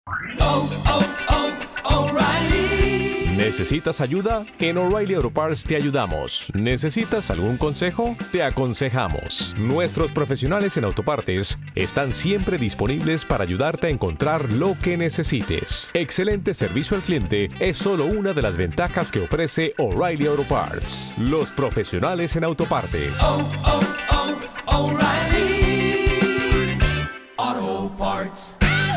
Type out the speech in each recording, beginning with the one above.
O'Reilly. ¿Necesitas ayuda? En O'Reilly Auto Parts te ayudamos. ¿Necesitas algún consejo? Te aconsejamos. Nuestros profesionales en autopartes están siempre disponibles para ayudarte a encontrar lo que necesites. Excelente servicio al cliente es solo una de las ventajas que ofrece O'Reilly Auto Parts. Los profesionales en autopartes. O'Reilly Auto Parts.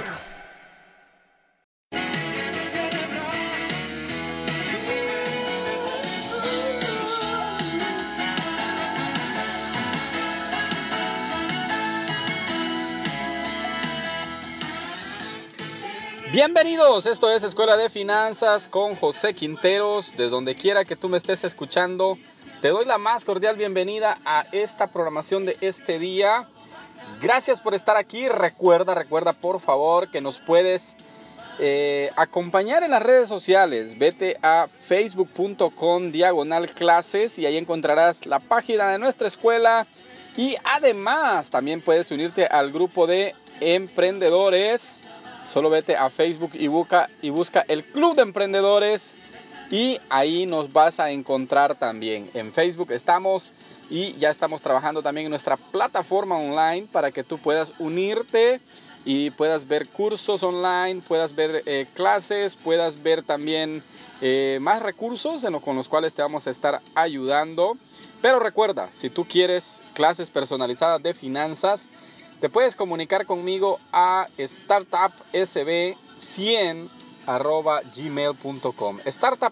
Bienvenidos, esto es Escuela de Finanzas con José Quinteros. De donde quiera que tú me estés escuchando, te doy la más cordial bienvenida a esta programación de este día. Gracias por estar aquí. Recuerda por favor que nos puedes acompañar en las redes sociales. Vete a facebook.com/clases y ahí encontrarás la página de nuestra escuela. Y además también puedes unirte al grupo de emprendedores. Solo vete a Facebook y busca el Club de Emprendedores y ahí nos vas a encontrar también. En Facebook estamos y ya estamos trabajando también en nuestra plataforma online para que tú puedas unirte y puedas ver cursos online, puedas ver clases, puedas ver también más recursos con los cuales te vamos a estar ayudando. Pero recuerda, si tú quieres clases personalizadas de finanzas, te puedes comunicar conmigo a startupsb100@gmail.com.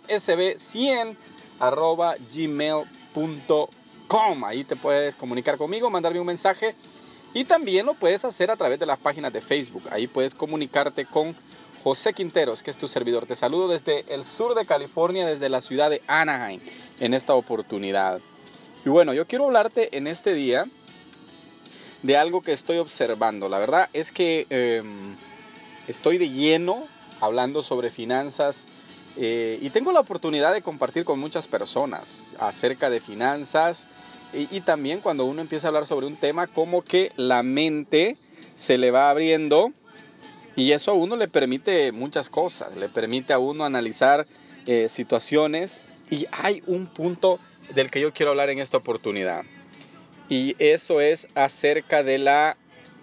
startupsb100@gmail.com. Ahí te puedes comunicar conmigo, mandarme un mensaje. Y también lo puedes hacer a través de las páginas de Facebook. Ahí puedes comunicarte con José Quinteros, que es tu servidor. Te saludo desde el sur de California, desde la ciudad de Anaheim, en esta oportunidad. Y bueno, yo quiero hablarte en este día de algo que estoy observando. La verdad es que estoy de lleno hablando sobre finanzas y tengo la oportunidad de compartir con muchas personas acerca de finanzas y también cuando uno empieza a hablar sobre un tema, como que la mente se le va abriendo y eso a uno le permite muchas cosas, le permite a uno analizar situaciones, y hay un punto del que yo quiero hablar en esta oportunidad. Y eso es acerca de la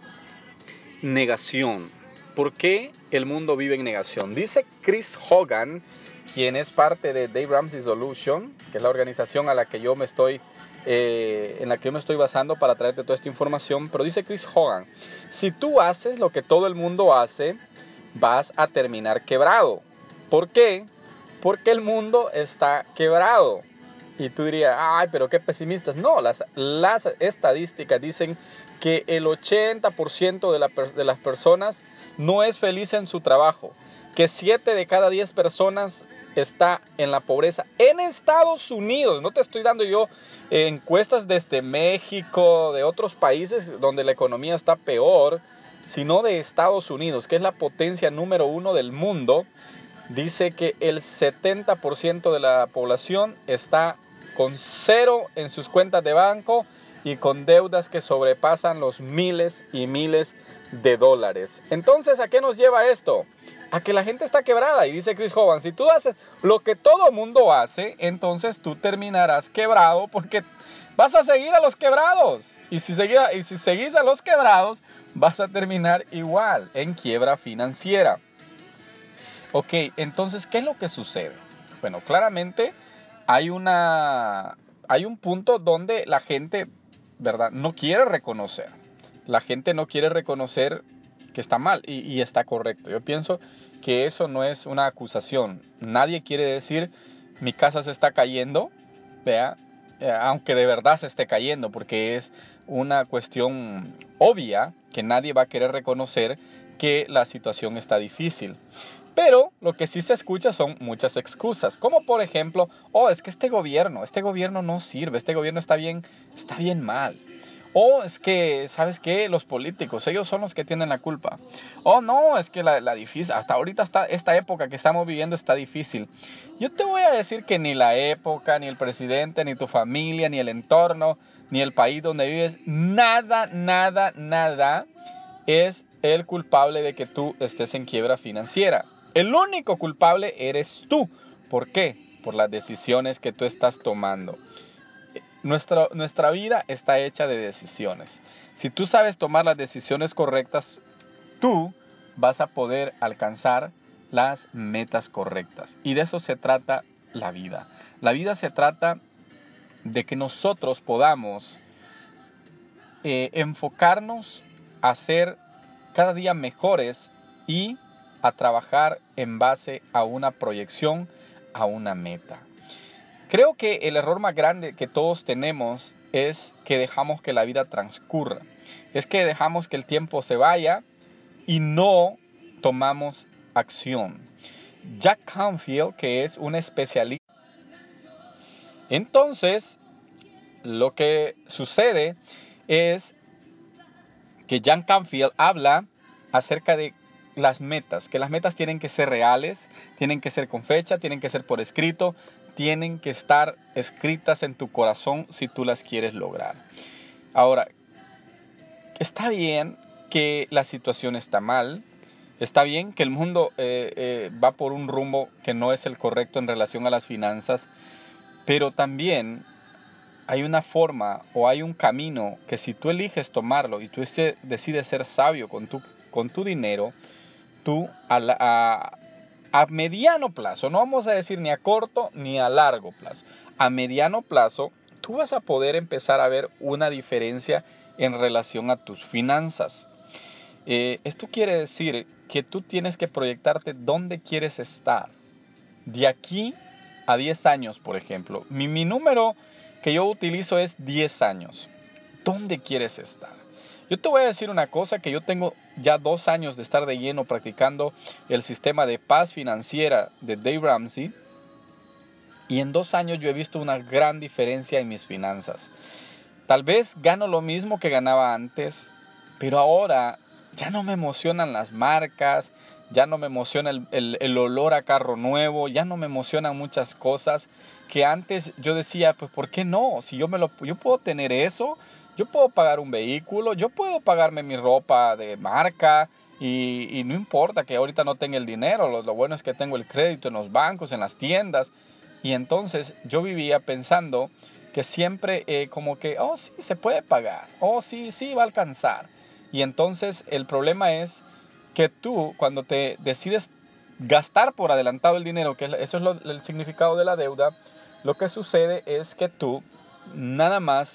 negación. ¿Por qué el mundo vive en negación? Dice Chris Hogan, quien es parte de Dave Ramsey Solution, que es la organización a la que yo me estoy, en la que yo me estoy basando para traerte toda esta información. Pero dice Chris Hogan, si tú haces lo que todo el mundo hace, vas a terminar quebrado. ¿Por qué? Porque el mundo está quebrado. Y tú dirías, ay, pero qué pesimistas. No, las estadísticas dicen que el 80% de las personas no es feliz en su trabajo. Que 7 de cada 10 personas está en la pobreza. En Estados Unidos, no te estoy dando yo encuestas desde México, de otros países donde la economía está peor, sino de Estados Unidos, que es la potencia número 1 del mundo. Dice que el 70% de la población está con cero en sus cuentas de banco y con deudas que sobrepasan los miles y miles de dólares. Entonces, ¿a qué nos lleva esto? A que la gente está quebrada. Y dice Chris Hogan, si tú haces lo que todo mundo hace, entonces tú terminarás quebrado porque vas a seguir a los quebrados. Y si seguís a los quebrados, vas a terminar igual, en quiebra financiera. Ok, entonces, ¿qué es lo que sucede? Bueno, claramente hay un punto donde la gente, ¿verdad?, no quiere reconocer. La gente no quiere reconocer que está mal y está correcto. Yo pienso que eso no es una acusación. Nadie quiere decir, mi casa se está cayendo, ¿vea? Aunque de verdad se esté cayendo, porque es una cuestión obvia que nadie va a querer reconocer que la situación está difícil. Pero lo que sí se escucha son muchas excusas, como por ejemplo, es que este gobierno no sirve, este gobierno está bien mal. O es que, ¿sabes qué? Los políticos, ellos son los que tienen la culpa. O no, es que la difícil, hasta ahorita esta época que estamos viviendo está difícil. Yo te voy a decir que ni la época, ni el presidente, ni tu familia, ni el entorno, ni el país donde vives, nada es el culpable de que tú estés en quiebra financiera. El único culpable eres tú. ¿Por qué? Por las decisiones que tú estás tomando. Nuestra vida está hecha de decisiones. Si tú sabes tomar las decisiones correctas, tú vas a poder alcanzar las metas correctas. Y de eso se trata la vida. La vida se trata de que nosotros podamos enfocarnos a ser cada día mejores y a trabajar en base a una proyección, a una meta. Creo que el error más grande que todos tenemos es que dejamos que la vida transcurra. Es que dejamos que el tiempo se vaya y no tomamos acción. Jack Canfield, que es un especialista. Entonces, lo que sucede es que Jack Canfield habla acerca de las metas, que las metas tienen que ser reales, tienen que ser con fecha, tienen que ser por escrito, tienen que estar escritas en tu corazón si tú las quieres lograr. Ahora, está bien que la situación está mal, está bien que el mundo va por un rumbo que no es el correcto en relación a las finanzas, pero también hay una forma o hay un camino que si tú eliges tomarlo y tú decides ser sabio con tu dinero, tú a mediano plazo, no vamos a decir ni a corto ni a largo plazo, a mediano plazo, tú vas a poder empezar a ver una diferencia en relación a tus finanzas. Esto quiere decir que tú tienes que proyectarte dónde quieres estar. De aquí a 10 años, por ejemplo. Mi número que yo utilizo es 10 años. ¿Dónde quieres estar? Yo te voy a decir una cosa, que yo tengo ya 2 años de estar de lleno practicando el sistema de paz financiera de Dave Ramsey. Y en 2 años yo he visto una gran diferencia en mis finanzas. Tal vez gano lo mismo que ganaba antes, pero ahora ya no me emocionan las marcas, ya no me emociona el olor a carro nuevo, ya no me emocionan muchas cosas que antes yo decía, pues ¿por qué no? Si yo puedo tener eso, yo puedo pagar un vehículo, yo puedo pagarme mi ropa de marca y no importa que ahorita no tenga el dinero, lo bueno es que tengo el crédito en los bancos, en las tiendas. Y entonces yo vivía pensando que siempre como que, oh sí, se puede pagar, oh sí, sí, va a alcanzar. Y entonces el problema es que tú, cuando te decides gastar por adelantado el dinero, que eso es el significado de la deuda, lo que sucede es que tú nada más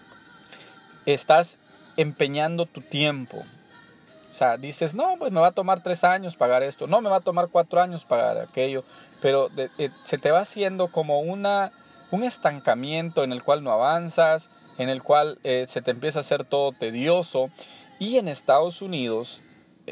estás empeñando tu tiempo. O sea, dices, no, pues me va a tomar 3 años pagar esto, no, me va a tomar 4 años pagar aquello, pero se te va haciendo como un estancamiento en el cual no avanzas, en el cual se te empieza a hacer todo tedioso. Y en Estados Unidos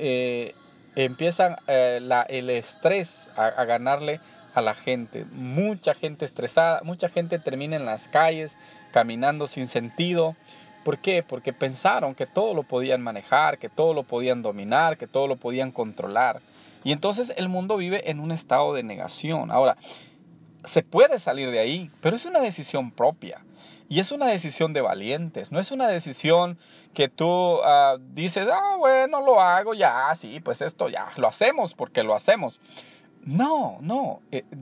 empiezan el estrés a ganarle a la gente. Mucha gente estresada, mucha gente termina en las calles caminando sin sentido. ¿Por qué? Porque pensaron que todo lo podían manejar, que todo lo podían dominar, que todo lo podían controlar. Y entonces el mundo vive en un estado de negación. Ahora, se puede salir de ahí, pero es una decisión propia. Y es una decisión de valientes. No es una decisión que tú dices, bueno, lo hago ya, sí, pues esto ya, lo hacemos porque lo hacemos. No, no.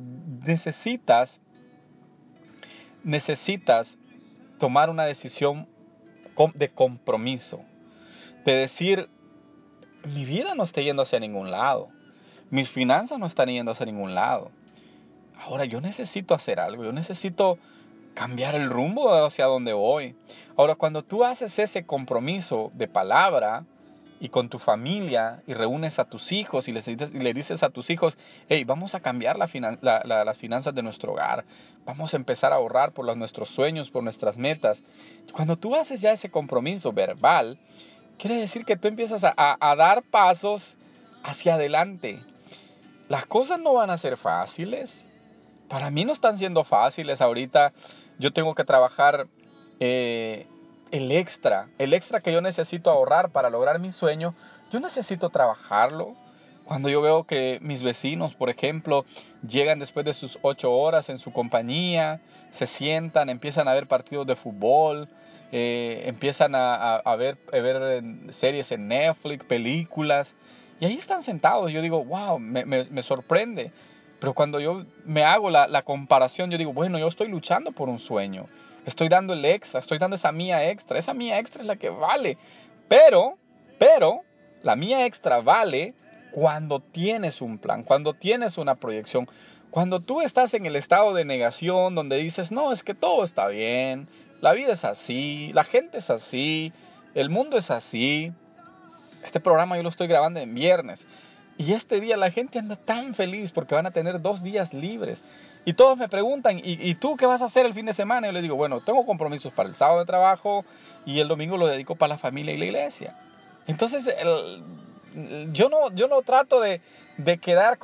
Necesitas tomar una decisión de compromiso, de decir, mi vida no está yendo hacia ningún lado, mis finanzas no están yendo hacia ningún lado, ahora yo necesito hacer algo, yo necesito cambiar el rumbo hacia donde voy. Ahora, cuando tú haces ese compromiso de palabra y con tu familia y reúnes a tus hijos y le dices a tus hijos, hey, vamos a cambiar las finanzas de nuestro hogar, vamos a empezar a ahorrar por nuestros sueños, por nuestras metas. Cuando tú haces ya ese compromiso verbal, quiere decir que tú empiezas a dar pasos hacia adelante. Las cosas no van a ser fáciles. Para mí no están siendo fáciles ahorita. Yo tengo que trabajar el extra que yo necesito ahorrar para lograr mi sueño. Yo necesito trabajarlo. Cuando yo veo que mis vecinos, por ejemplo, llegan después de sus 8 horas en su compañía, se sientan, empiezan a ver partidos de fútbol empiezan a ver series en Netflix, películas, y ahí están sentados. Yo digo, wow, me sorprende. Pero cuando yo me hago la comparación, yo digo, bueno, yo estoy luchando por un sueño. Estoy dando el extra, estoy dando esa mía extra. Esa mía extra es la que vale. Pero, la mía extra vale cuando tienes un plan, cuando tienes una proyección. Cuando tú estás en el estado de negación, donde dices, no, es que todo está bien, la vida es así, la gente es así, el mundo es así. Este programa yo lo estoy grabando en viernes. Y este día la gente anda tan feliz porque van a tener 2 días libres. Y todos me preguntan, ¿y tú qué vas a hacer el fin de semana? Y yo les digo, bueno, tengo compromisos para el sábado de trabajo y el domingo lo dedico para la familia y la iglesia. Entonces, yo no trato de querer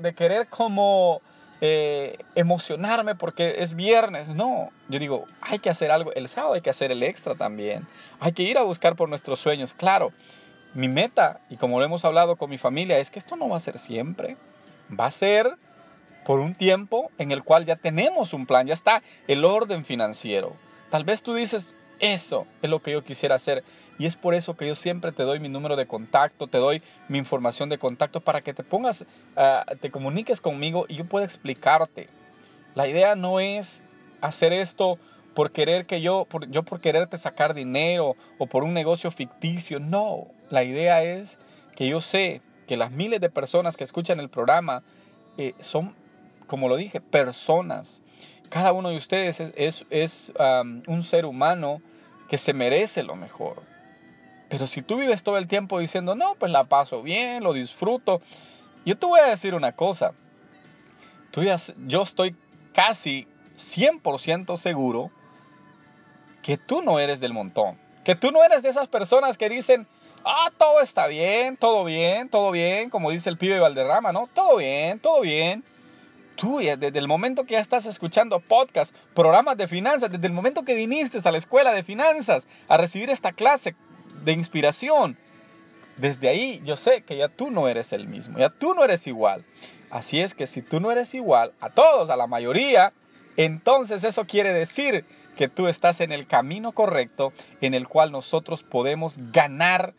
emocionarme porque es viernes. No, yo digo, hay que hacer algo. El sábado hay que hacer el extra también. Hay que ir a buscar por nuestros sueños. Claro, mi meta, y como lo hemos hablado con mi familia, es que esto no va a ser siempre. Va a ser por un tiempo en el cual ya tenemos un plan, ya está el orden financiero. Tal vez tú dices, eso es lo que yo quisiera hacer. Y es por eso que yo siempre te doy mi número de contacto, te doy mi información de contacto para que te pongas, te comuniques conmigo y yo pueda explicarte. La idea no es hacer esto por querer por quererte sacar dinero o por un negocio ficticio. No, la idea es que yo sé que las miles de personas que escuchan el programa son, como lo dije, personas. Cada uno de ustedes es un ser humano que se merece lo mejor. Pero si tú vives todo el tiempo diciendo, no, pues la paso bien, lo disfruto. Yo te voy a decir una cosa. Yo estoy casi 100% seguro que tú no eres del montón. Que tú no eres de esas personas que dicen, todo está bien, todo bien, todo bien, como dice el pibe Valderrama, ¿no? Todo bien, todo bien. Tú, desde el momento que ya estás escuchando podcasts, programas de finanzas, desde el momento que viniste a la escuela de finanzas a recibir esta clase de inspiración, desde ahí yo sé que ya tú no eres el mismo, ya tú no eres igual. Así es que si tú no eres igual a todos, a la mayoría, entonces eso quiere decir que tú estás en el camino correcto en el cual nosotros podemos ganar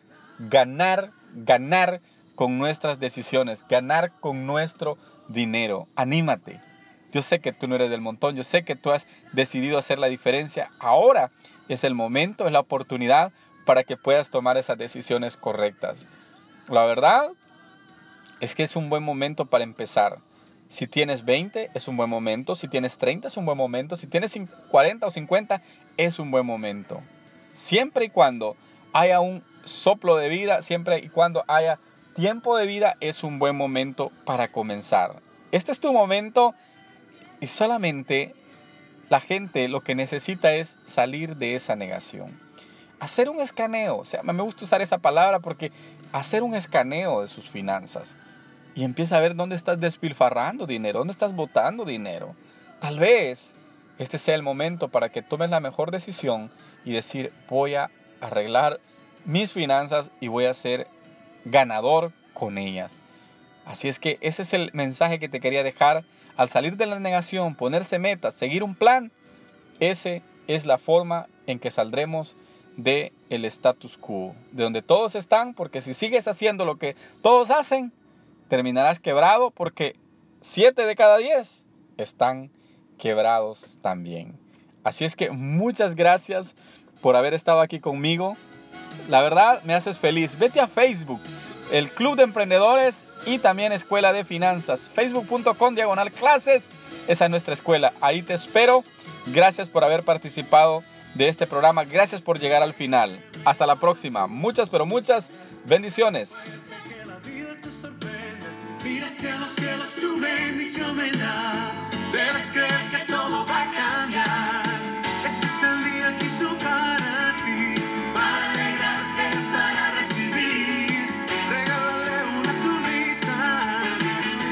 con nuestras decisiones, ganar con nuestro dinero. Anímate. Yo sé que tú no eres del montón, yo sé que tú has decidido hacer la diferencia. Ahora es el momento, es la oportunidad para que puedas tomar esas decisiones correctas. La verdad es que es un buen momento para empezar. Si tienes 20, es un buen momento. Si tienes 30, es un buen momento. Si tienes 40 o 50, es un buen momento. Siempre y cuando haya un soplo de vida, siempre y cuando haya tiempo de vida, es un buen momento para comenzar. Este es tu momento y solamente la gente lo que necesita es salir de esa negación. Hacer un escaneo, o sea, me gusta usar esa palabra porque hacer un escaneo de sus finanzas y empieza a ver dónde estás despilfarrando dinero, dónde estás botando dinero. Tal vez este sea el momento para que tomes la mejor decisión y decir, voy a arreglar mis finanzas y voy a ser ganador con ellas. Así es que ese es el mensaje que te quería dejar. Al salir de la negación, ponerse metas, seguir un plan, esa es la forma en que saldremos del status quo, de donde todos están, porque si sigues haciendo lo que todos hacen, terminarás quebrado porque 7 de cada 10 están quebrados también. Así es que muchas gracias por haber estado aquí conmigo. La verdad me haces feliz. Vete a Facebook, el Club de Emprendedores y también Escuela de Finanzas. Facebook.com/clases. Esa es nuestra escuela. Ahí te espero. Gracias por haber participado de este programa. Gracias por llegar al final. Hasta la próxima. Muchas, pero muchas bendiciones. Mira hacia los cielos, tu bendición vendrá. Debes creer que todo va a cambiar.